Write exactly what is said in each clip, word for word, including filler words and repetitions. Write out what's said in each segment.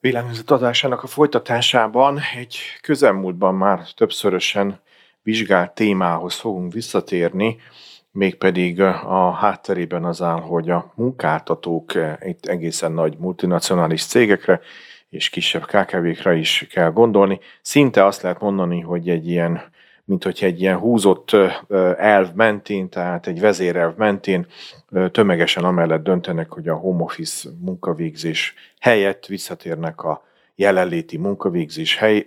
Világnézet adásának a folytatásában egy közelmúltban már többszörösen vizsgált témához fogunk visszatérni, mégpedig a hátterében az áll, hogy a munkáltatók itt egészen nagy multinacionális cégekre és kisebb ká ká vékre is kell gondolni. Szinte azt lehet mondani, hogy egy ilyen, mint hogy egy ilyen húzott elv mentén, tehát egy vezérelv mentén tömegesen amellett döntenek, hogy a home office munkavégzés helyett visszatérnek a jelenléti munkavégzés hely,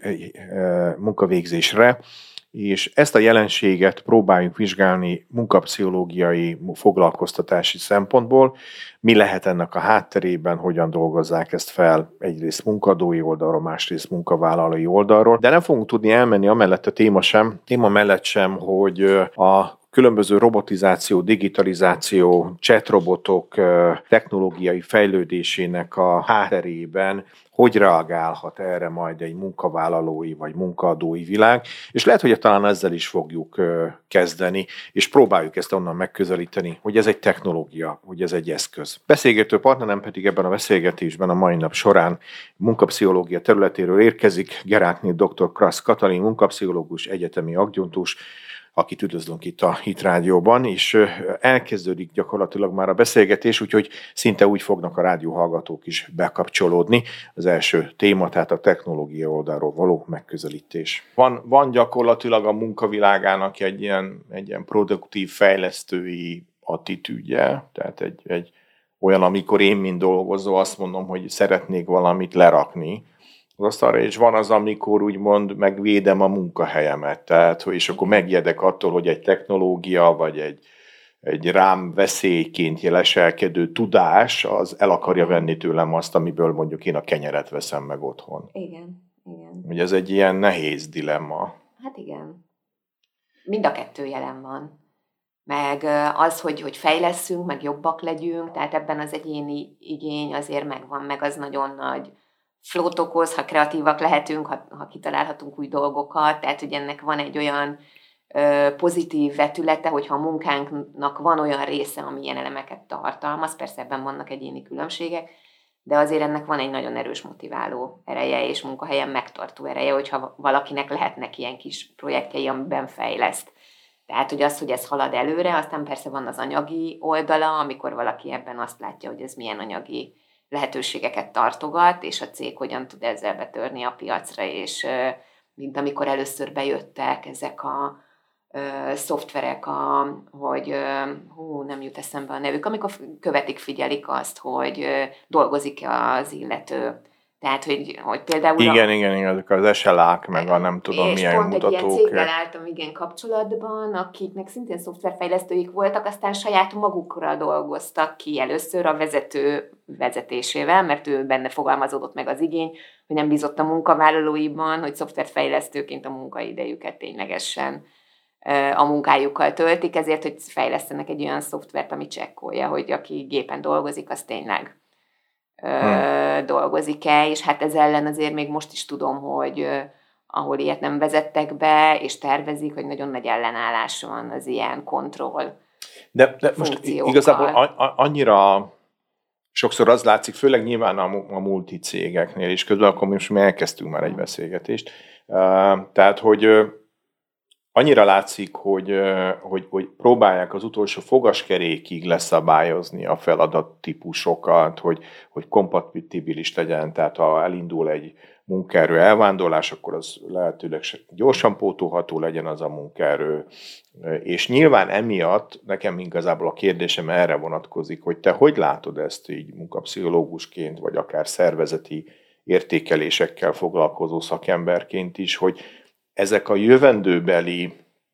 munkavégzésre, és ezt a jelenséget próbáljuk vizsgálni munkapszichológiai, foglalkoztatási szempontból. Mi lehet ennek a hátterében, hogyan dolgozzák ezt fel egyrészt munkadói oldalról, másrészt munkavállalói oldalról. De nem fogunk tudni elmenni amellett a téma sem, téma mellett sem, hogy a különböző robotizáció, digitalizáció, chatrobotok technológiai fejlődésének a hátterében hogy reagálhat erre majd egy munkavállalói vagy munkaadói világ, és lehet, hogy talán ezzel is fogjuk kezdeni, és próbáljuk ezt onnan megközelíteni, hogy ez egy technológia, hogy ez egy eszköz. Beszélgető partnerem pedig ebben a beszélgetésben a mai nap során munkapszichológia területéről érkezik, Gerátné dr. Krasz Katalin, munkapszichológus, egyetemi adjunktus, akit üdvözlünk itt a Hit Rádióban, és elkezdődik gyakorlatilag már a beszélgetés, úgyhogy szinte úgy fognak a rádióhallgatók is bekapcsolódni. Az első téma, tehát a technológia oldalról való megközelítés. Van, van gyakorlatilag a munkavilágának egy ilyen, egy ilyen produktív, fejlesztői attitűdje, tehát egy, egy olyan, amikor én, mint dolgozó, azt mondom, hogy szeretnék valamit lerakni az asztalra, és van az, amikor úgymond megvédem a munkahelyemet, tehát, és akkor megjedek attól, hogy egy technológia, vagy egy, egy rám veszélyként leselkedő tudás, az el akarja venni tőlem azt, amiből mondjuk én a kenyeret veszem meg otthon. Igen, igen. Ugye ez egy ilyen nehéz dilemma. Hát igen. Mind a kettő jelen van. Meg az, hogy, hogy fejlesszünk, meg jobbak legyünk, tehát ebben az egyéni igény azért megvan, meg az nagyon nagy flót okoz, ha kreatívak lehetünk, ha, ha kitalálhatunk új dolgokat, tehát hogy ennek van egy olyan ö, pozitív vetülete, hogyha a munkánknak van olyan része, ami ilyen elemeket tartalmaz, persze ebben vannak egyéni különbségek, de azért ennek van egy nagyon erős motiváló ereje és munkahelyen megtartó ereje, hogyha valakinek lehetnek ilyen kis projektjei, amiben fejleszt. Tehát, hogy az, hogy ez halad előre, aztán persze van az anyagi oldala, amikor valaki ebben azt látja, hogy ez milyen anyagi lehetőségeket tartogat, és a cég hogyan tud ezzel betörni a piacra, és mint amikor először bejöttek ezek a ö, szoftverek, a, hogy ö, hú, nem jut eszembe a nevük, amikor követik, figyelik azt, hogy ö, dolgozik-e az illető. Tehát, hogy, hogy például... Igen, a, igen, igen, azok az es el á-k, meg a nem tudom milyen mutatók. És pont egy ilyen céggel álltam igen kapcsolatban, akiknek szintén szoftverfejlesztőik voltak, aztán saját magukra dolgoztak ki először a vezető vezetésével, mert ő benne fogalmazódott meg az igény, hogy nem bízott a munkavállalóiban, hogy szoftverfejlesztőként a munkaidejüket ténylegesen a munkájukkal töltik, ezért, hogy fejlesztenek egy olyan szoftvert, ami csekkolja, hogy aki gépen dolgozik, az tényleg Hmm. dolgozik-e, és hát ez ellen azért még most is tudom, hogy ahol ilyet nem vezettek be, és tervezik, hogy nagyon nagy ellenállás van az ilyen kontroll De, de most igazából annyira sokszor az látszik, főleg nyilván a, a multicégeknél, és közben akkor most mi elkezdtünk már egy beszélgetést, tehát, hogy annyira látszik, hogy, hogy, hogy próbálják az utolsó fogaskerékig leszabályozni a feladattípusokat, hogy, hogy kompatibilis legyen, tehát ha elindul egy munkaerő elvándorlás, akkor az lehetőleg gyorsan pótolható legyen az a munkaerő. És nyilván emiatt nekem igazából a kérdésem erre vonatkozik, hogy te hogy látod ezt így munkapszichológusként, vagy akár szervezeti értékelésekkel foglalkozó szakemberként is, hogy ezek a jövendőbeli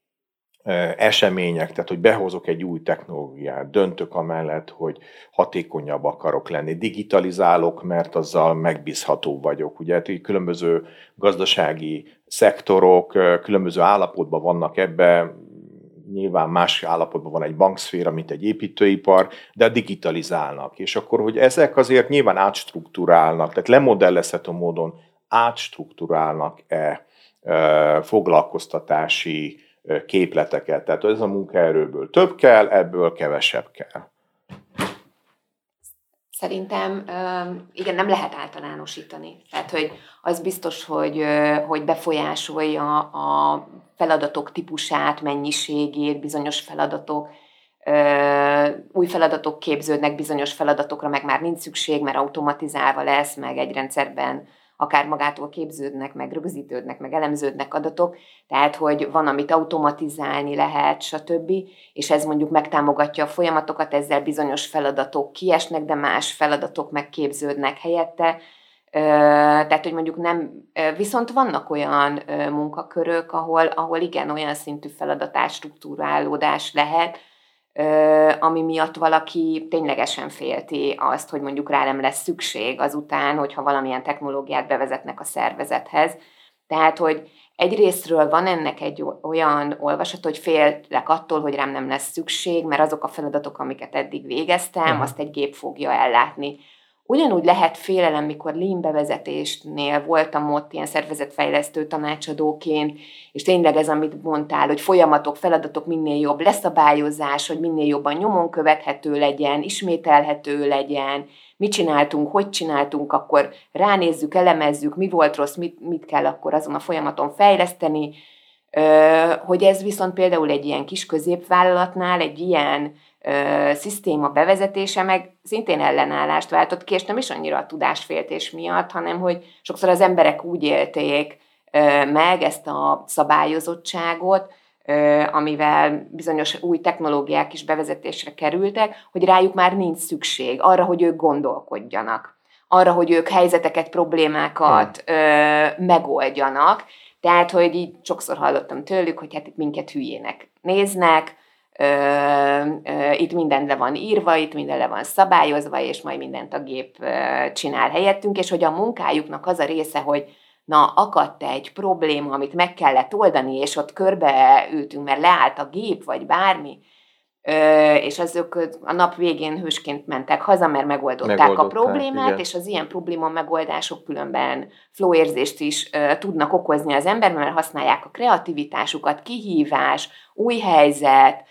események, tehát hogy behozok egy új technológiát, döntök amellett, hogy hatékonyabb akarok lenni, digitalizálok, mert azzal megbízható vagyok. Ugye különböző gazdasági szektorok különböző állapotban vannak ebbe, nyilván más állapotban van egy bankszféra, mint egy építőipar, de digitalizálnak. És akkor, hogy ezek azért nyilván átstruktúrálnak, tehát lemodellezhető módon átstruktúrálnak-e foglalkoztatási képleteket. Tehát ez a munkaerőből több kell, ebből kevesebb kell. Szerintem igen, nem lehet általánosítani. Tehát, hogy az biztos, hogy, hogy befolyásolja a feladatok típusát, mennyiségét, bizonyos feladatok, új feladatok képződnek, bizonyos feladatokra meg már nincs szükség, mert automatizálva lesz, meg egy rendszerben akár magától képződnek, meg rögzítődnek, meg elemződnek adatok, tehát, hogy van, amit automatizálni lehet, stb. És ez mondjuk megtámogatja a folyamatokat, ezzel bizonyos feladatok kiesnek, de más feladatok megképződnek helyette. Tehát, hogy mondjuk nem, viszont vannak olyan munkakörök, ahol, ahol igen, olyan szintű feladatás, struktúrálódás lehet, ami miatt valaki ténylegesen félti azt, hogy mondjuk rá nem lesz szükség azután, hogyha valamilyen technológiát bevezetnek a szervezethez. Tehát, hogy egyrésztről van ennek egy olyan olvasat, hogy félek attól, hogy rám nem lesz szükség, mert azok a feladatok, amiket eddig végeztem, uh-huh. azt egy gép fogja ellátni. Ugyanúgy lehet félelem, mikor Lean bevezetésnél voltam ott ilyen szervezetfejlesztő tanácsadóként, és tényleg ez, amit mondtál, hogy folyamatok, feladatok, minél jobb leszabályozás, hogy minél jobban nyomon követhető legyen, ismételhető legyen, mit csináltunk, hogy csináltunk, akkor ránézzük, elemezzük, mi volt rossz, mit, mit kell akkor azon a folyamaton fejleszteni, hogy ez viszont például egy ilyen kis középvállalatnál, egy ilyen Ö, szisztéma bevezetése meg szintén ellenállást váltott ki, és nem is annyira a tudásféltés miatt, hanem hogy sokszor az emberek úgy élték ö, meg ezt a szabályozottságot, ö, amivel bizonyos új technológiák is bevezetésre kerültek, hogy rájuk már nincs szükség arra, hogy ők gondolkodjanak, arra, hogy ők helyzeteket, problémákat ö, megoldjanak. Tehát, hogy így sokszor hallottam tőlük, hogy hát itt minket hülyének néznek, Ö, ö, itt minden le van írva, itt minden le van szabályozva, és majd mindent a gép ö, csinál helyettünk, és hogy a munkájuknak az a része, hogy na, akadt egy probléma, amit meg kellett oldani, és ott körbeültünk, mert leállt a gép, vagy bármi, ö, és azok a nap végén hősként mentek haza, mert megoldották, megoldották a problémát, igen. És az ilyen probléma megoldások különben flow érzést is ö, tudnak okozni az emberben, mert használják a kreativitásukat, kihívás, új helyzet,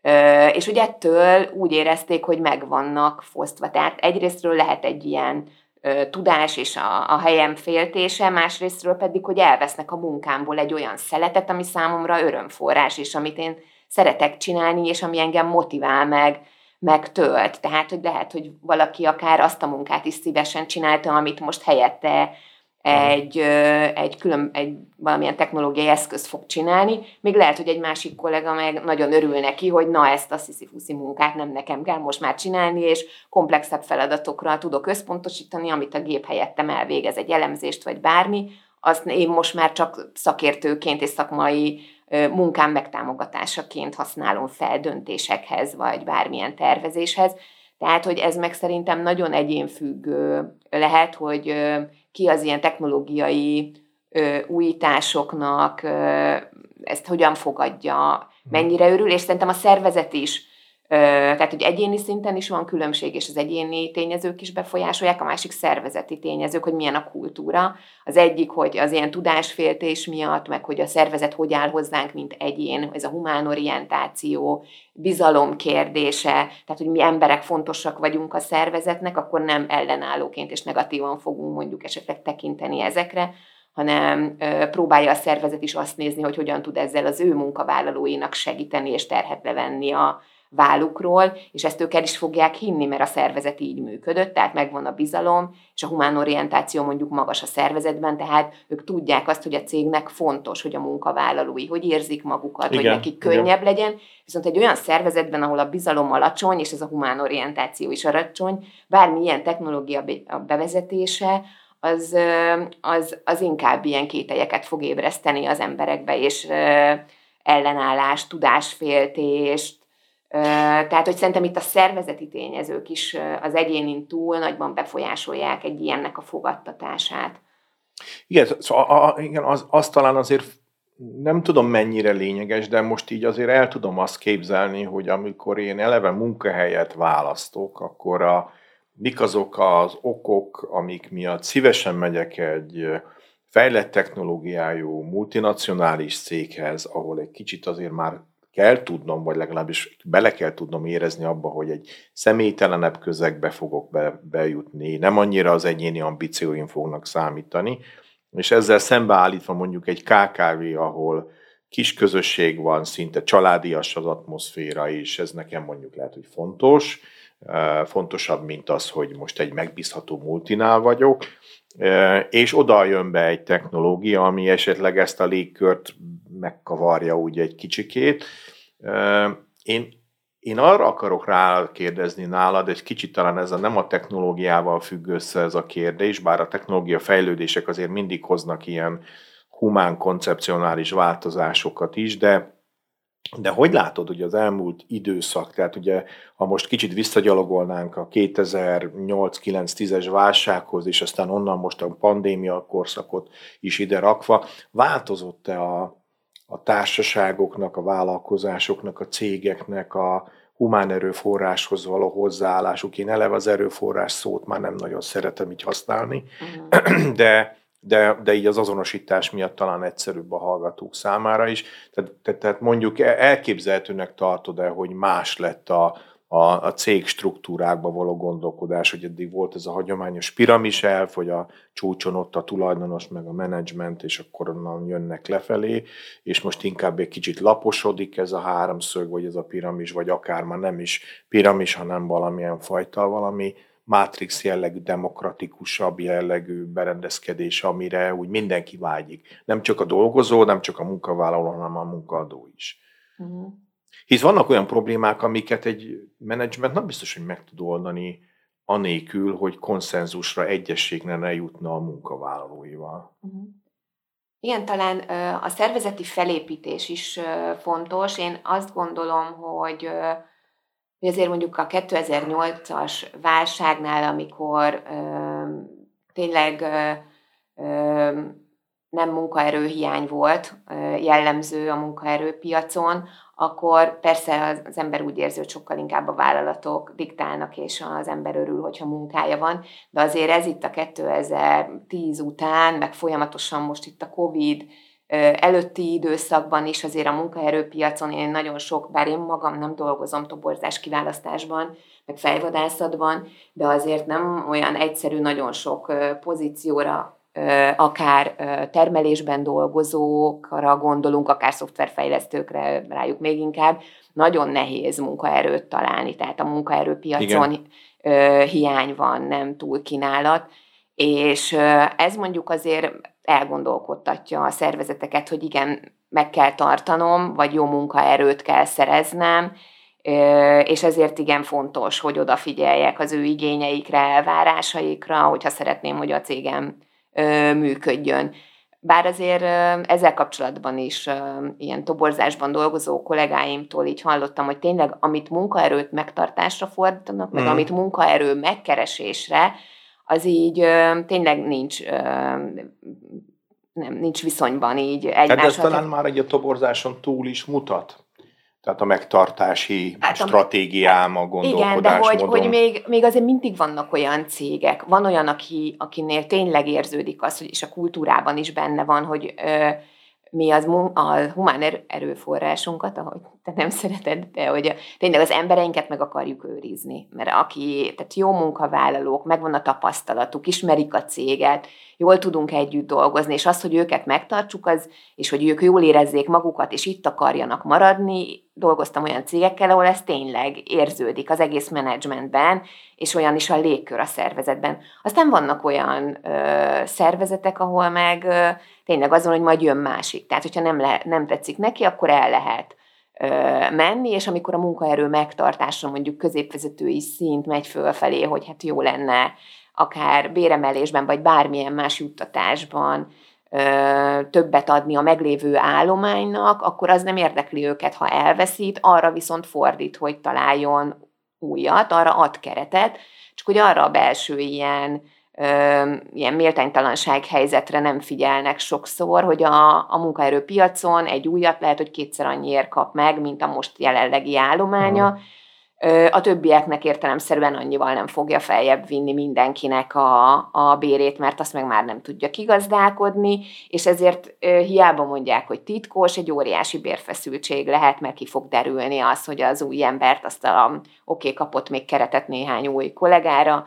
és hogy ettől úgy érezték, hogy meg vannak fosztva. Tehát egyrésztről lehet egy ilyen tudás és a, a helyem féltése, másrésztről pedig, hogy elvesznek a munkámból egy olyan szeletet, ami számomra örömforrás, és amit én szeretek csinálni, és ami engem motivál meg, meg tölt. Tehát, hogy lehet, hogy valaki akár azt a munkát is szívesen csinálta, amit most helyette egy, egy, külön, egy valamilyen technológiai eszköz fog csinálni, még lehet, hogy egy másik kollega meg nagyon örül neki, hogy na, ezt a sziszifuszi munkát nem nekem kell most már csinálni, és komplexebb feladatokra tudok összpontosítani, amit a gép helyettem elvégez, egy elemzést vagy bármi, azt én most már csak szakértőként és szakmai munkám megtámogatásaként használom fel döntésekhez, vagy bármilyen tervezéshez. Tehát, hogy ez meg szerintem nagyon egyénfüggő lehet, hogy ki az ilyen technológiai ö, újításoknak, ö, ezt hogyan fogadja, mennyire örül, és szerintem a szervezet is, ö, tehát hogy egyéni szinten is van különbség, és az egyéni tényezők is befolyásolják, a másik szervezeti tényezők, hogy milyen a kultúra. Az egyik, hogy az ilyen tudásféltés miatt, meg hogy a szervezet hogy áll hozzánk, mint egyén, ez a humán orientáció, bizalom kérdése, tehát hogy mi emberek fontosak vagyunk a szervezetnek, akkor nem ellenállóként és negatívan fogunk mondjuk esetleg tekinteni ezekre, hanem ö, próbálja a szervezet is azt nézni, hogy hogyan tud ezzel az ő munkavállalóinak segíteni és terhet levenni a vállukról, és ezt ők el is fogják hinni, mert a szervezet így működött, tehát megvan a bizalom, és a humán orientáció mondjuk magas a szervezetben, tehát ők tudják azt, hogy a cégnek fontos, hogy a munkavállalói hogy érzik magukat, igen, hogy nekik könnyebb igen. legyen, viszont egy olyan szervezetben, ahol a bizalom alacsony, és ez a humán orientáció is alacsony, bármilyen technológia bevezetése, az, az, az inkább ilyen kételyeket fog ébreszteni az emberekbe, és ellenállás, tudásféltést. Tehát, hogy szerintem itt a szervezeti tényezők is az egyénin túl nagyban befolyásolják egy ilyennek a fogadtatását. Igen, szóval a, a, igen az, az talán azért nem tudom mennyire lényeges, de most így azért el tudom azt képzelni, hogy amikor én eleve munkahelyet választok, akkor a, mik azok az okok, amik miatt szívesen megyek egy fejlett technológiájú, multinacionális céghez, ahol egy kicsit azért már kell tudnom, vagy legalábbis bele kell tudnom érezni abba, hogy egy személytelenebb közegbe fogok be, bejutni, nem annyira az egyéni ambícióim fognak számítani, és ezzel szembeállítva mondjuk egy ká ká vé, ahol kis közösség van, szinte családias az atmoszféra is, ez nekem mondjuk lehet, hogy fontos, fontosabb, mint az, hogy most egy megbízható multinál vagyok, és oda jön be egy technológia, ami esetleg ezt a légkört megkavarja úgy egy kicsikét. Én, én arra akarok rákérdezni nálad, egy kicsit talán ez a, nem a technológiával függ össze ez a kérdés, bár a technológia fejlődések azért mindig hoznak ilyen humán koncepcionális változásokat is, de De hogy látod, hogy az elmúlt időszak, tehát ugye, ha most kicsit visszagyalogolnánk a kétezer-nyolc kilenc tízes válsághoz, és aztán onnan most a pandémia korszakot is ide rakva, változott-e a, a társaságoknak, a vállalkozásoknak, a cégeknek a humán erőforráshoz való hozzáállásuk? Én eleve az erőforrás szót már nem nagyon szeretem így használni, uh-huh. de De, de így az azonosítás miatt talán egyszerűbb a hallgatók számára is. Tehát, tehát mondjuk elképzelhetőnek tartod-e, hogy más lett a, a, a cég struktúrákba való gondolkodás, hogy eddig volt ez a hagyományos piramis elf, hogy a csúcson ott a tulajdonos meg a menedzsment, és akkor onnan jönnek lefelé, és most inkább egy kicsit laposodik ez a háromszög, vagy ez a piramis, vagy akár már nem is piramis, hanem valamilyen fajta, valami Matrix jellegű, demokratikusabb jellegű berendezkedés, amire úgy mindenki vágyik. Nem csak a dolgozó, nem csak a munkavállaló, hanem a munkaadó is. Uh-huh. Hisz vannak olyan problémák, amiket egy menedzsment nem biztos, hogy meg tud oldani anélkül, hogy konszenzusra, egyességre ne jutna a munkavállalóival. Uh-huh. Igen, talán a szervezeti felépítés is fontos. Én azt gondolom, hogy hogy azért mondjuk a kétezer-nyolcas válságnál, amikor ö, tényleg ö, ö, nem munkaerőhiány volt ö, jellemző a munkaerőpiacon, akkor persze az, az ember úgy érzi, hogy sokkal inkább a vállalatok diktálnak, és az ember örül, hogyha munkája van. De azért ez itt a kétezer-tíz után, meg folyamatosan most itt a Covid előtti időszakban is azért a munkaerőpiacon én nagyon sok, bár én magam nem dolgozom toborzás kiválasztásban, meg fejvadászatban, de azért nem olyan egyszerű, nagyon sok pozícióra, akár termelésben dolgozókra gondolunk, akár szoftverfejlesztőkre, rájuk még inkább, nagyon nehéz munkaerőt találni, tehát a munkaerőpiacon Igen. hiány van, nem túl kínálat, és ez mondjuk azért elgondolkodtatja a szervezeteket, hogy igen, meg kell tartanom, vagy jó munkaerőt kell szereznem, és ezért igen fontos, hogy odafigyeljek az ő igényeikre, elvárásaikra, hogyha szeretném, hogy a cégem működjön. Bár azért ezzel kapcsolatban is ilyen toborzásban dolgozó kollégáimtól így hallottam, hogy tényleg amit munkaerőt megtartásra fordítanak, meg mm. amit munkaerő megkeresésre, az így ö, tényleg nincs, ö, nem, nincs viszonyban így egymással. Hát ez talán már egy a toborzáson túl is mutat? Tehát a megtartási hát stratégiám, a gondolkodásmódon. Igen, de hogy, hogy még, még azért mindig vannak olyan cégek. Van olyan, aki, akinél tényleg érződik az, hogy és a kultúrában is benne van, hogy ö, mi az a humán erőforrásunkat, ahogy te nem szereted, de hogy tényleg az embereinket meg akarjuk őrizni. Mert aki, tehát jó munkavállalók, megvan a tapasztalatuk, ismerik a céget, jól tudunk együtt dolgozni, és az, hogy őket megtartsuk, az, és hogy ők jól érezzék magukat, és itt akarjanak maradni, dolgoztam olyan cégekkel, ahol ez tényleg érződik az egész menedzsmentben, és olyan is a légkör a szervezetben. Aztán vannak olyan ö, szervezetek, ahol meg ö, tényleg azon, hogy majd jön másik. Tehát, hogyha nem, le, nem tetszik neki, akkor el lehet ö, menni, és amikor a munkaerő megtartásra mondjuk középvezetői szint megy fölfelé, hogy hát jó lenne akár béremelésben, vagy bármilyen más juttatásban ö, többet adni a meglévő állománynak, akkor az nem érdekli őket, ha elveszít, arra viszont fordít, hogy találjon újat, arra ad keretet, csak hogy arra a belső ilyen, ö, ilyen méltánytalanság helyzetre nem figyelnek sokszor, hogy a, a munkaerőpiacon egy újat lehet, hogy kétszer annyiért kap meg, mint a most jelenlegi állománya, A többieknek értelemszerűen annyival nem fogja feljebb vinni mindenkinek a, a bérét, mert azt meg már nem tudja kigazdálkodni, és ezért hiába mondják, hogy titkos, egy óriási bérfeszültség lehet, mert ki fog derülni az, hogy az új embert, azt a oké, okay, kapott még keretet néhány új kollégára,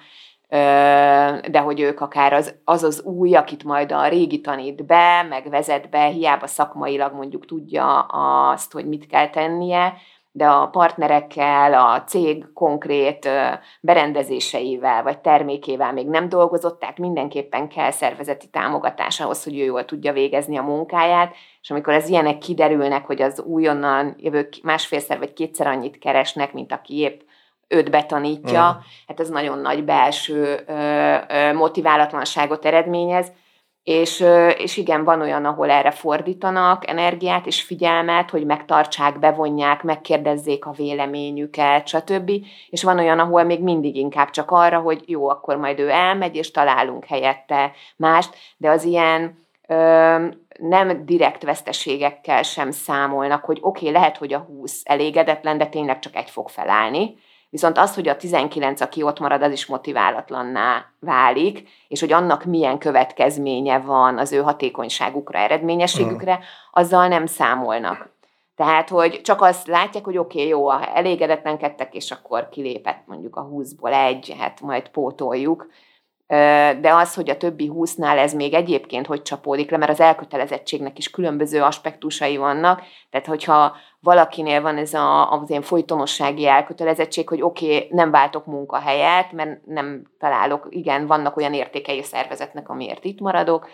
de hogy ők akár az, az az új, akit majd a régi tanít be, meg vezet be, hiába szakmailag mondjuk tudja azt, hogy mit kell tennie, de a partnerekkel, a cég konkrét berendezéseivel vagy termékével még nem dolgozott, tehát mindenképpen kell szervezeti támogatás ahhoz, hogy ő jól tudja végezni a munkáját, és amikor az ilyenek kiderülnek, hogy az újonnan jövők másfélszer vagy kétszer annyit keresnek, mint aki épp őt betanítja, mm. hát ez nagyon nagy belső motiválatlanságot eredményez, És, és igen, van olyan, ahol erre fordítanak energiát és figyelmet, hogy megtartsák, bevonják, megkérdezzék a véleményüket, stb. És van olyan, ahol még mindig inkább csak arra, hogy jó, akkor majd ő elmegy, és találunk helyette mást, de az ilyen ö, nem direkt veszteségekkel sem számolnak, hogy oké, okay, lehet, hogy a húsz elégedetlen, de tényleg csak egy fog felállni. Viszont az, hogy a tizenkilenc, aki ott marad, az is motiválatlanná válik, és hogy annak milyen következménye van az ő hatékonyságukra, eredményességükre, azzal nem számolnak. Tehát, hogy csak azt látják, hogy oké, okay, jó, elégedetlenkedtek, és akkor kilépett mondjuk a húszból egy, hát majd pótoljuk. De az, hogy a többi húsznál ez még egyébként hogy csapódik le, mert az elkötelezettségnek is különböző aspektusai vannak, tehát hogyha valakinél van ez a, az ilyen folytonossági elkötelezettség, hogy oké, okay, nem váltok munkahelyet, mert nem találok, igen, vannak olyan értékei a szervezetnek, amiért itt maradok,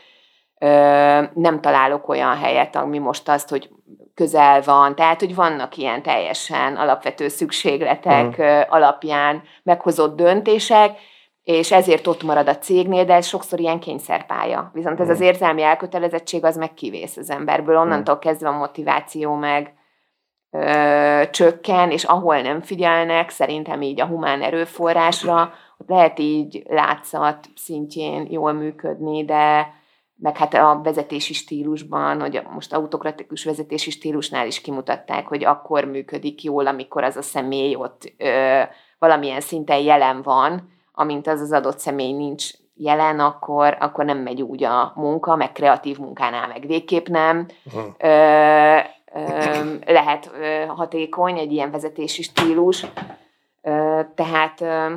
nem találok olyan helyet, ami most azt, hogy közel van, tehát, hogy vannak ilyen teljesen alapvető szükségletek mm. alapján meghozott döntések, és ezért ott marad a cégnél, de ez sokszor ilyen kényszerpálya. Viszont ez az érzelmi elkötelezettség, az meg kivész az emberből. Onnantól kezdve a motiváció meg ö, csökken, és ahol nem figyelnek, szerintem így a humán erőforrásra, ott lehet így látszat szintjén jól működni, de meg hát a vezetési stílusban, hogy most autokratikus vezetési stílusnál is kimutatták, hogy akkor működik jól, amikor az a személy ott ö, valamilyen szinten jelen van, amint az az adott személy nincs jelen, akkor, akkor nem megy úgy a munka, meg kreatív munkánál meg végképp nem. Uh-huh. Ö, ö, lehet ö, hatékony egy ilyen vezetési stílus. Ö, tehát ö,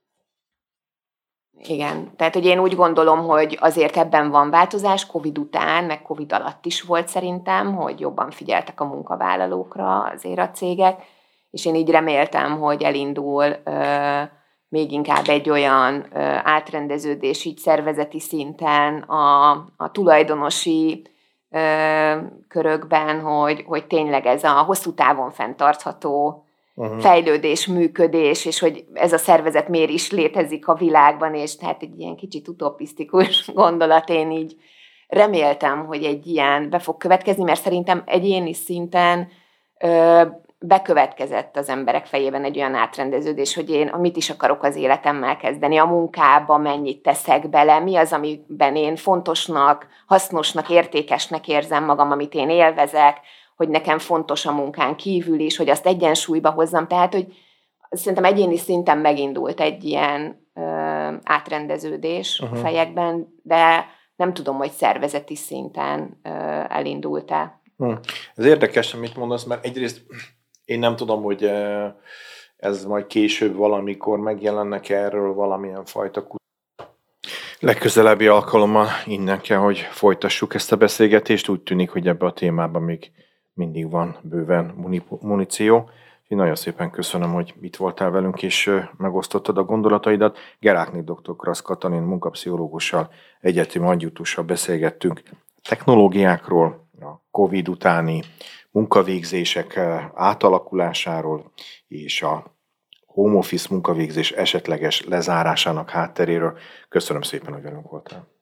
igen, tehát hogy én úgy gondolom, hogy azért ebben van változás, Covid után, meg Covid alatt is volt szerintem, hogy jobban figyeltek a munkavállalókra azért a cégek, és én így reméltem, hogy elindul ö, még inkább egy olyan ö, átrendeződés így szervezeti szinten a, a tulajdonosi ö, körökben, hogy, hogy tényleg ez a hosszú távon fenntartható uh-huh. fejlődés, működés, és hogy ez a szervezet miért is létezik a világban, és tehát egy ilyen kicsit utopisztikus gondolat, én így reméltem, hogy egy ilyen be fog következni, mert szerintem egyéni szinten ö, bekövetkezett az emberek fejében egy olyan átrendeződés, hogy én mit is akarok az életemmel kezdeni, a munkába mennyit teszek bele, mi az, amiben én fontosnak, hasznosnak, értékesnek érzem magam, amit én élvezek, hogy nekem fontos a munkán kívül is, hogy azt egyensúlyba hozzam. Tehát, hogy szerintem egyéni szinten megindult egy ilyen ö, átrendeződés uh-huh. a fejekben, de nem tudom, hogy szervezeti szinten ö, elindult-e. Hmm. Ez érdekes, amit mondasz, mert egyrészt én nem tudom, hogy ez majd később valamikor megjelennek erről valamilyen fajta kutatás. Legközelebbi alkalommal innen kell, hogy folytassuk ezt a beszélgetést. Úgy tűnik, hogy ebbe a témában még mindig van bőven muníció. Én nagyon szépen köszönöm, hogy itt voltál velünk, és megosztottad a gondolataidat. Gerákné doktor Krasz Katalin munkapszichológussal, egyetemi adjunktussal beszélgettünk technológiákról, a Covid utáni munkavégzések átalakulásáról és a home office munkavégzés esetleges lezárásának hátteréről. Köszönöm szépen, hogy velünk voltál.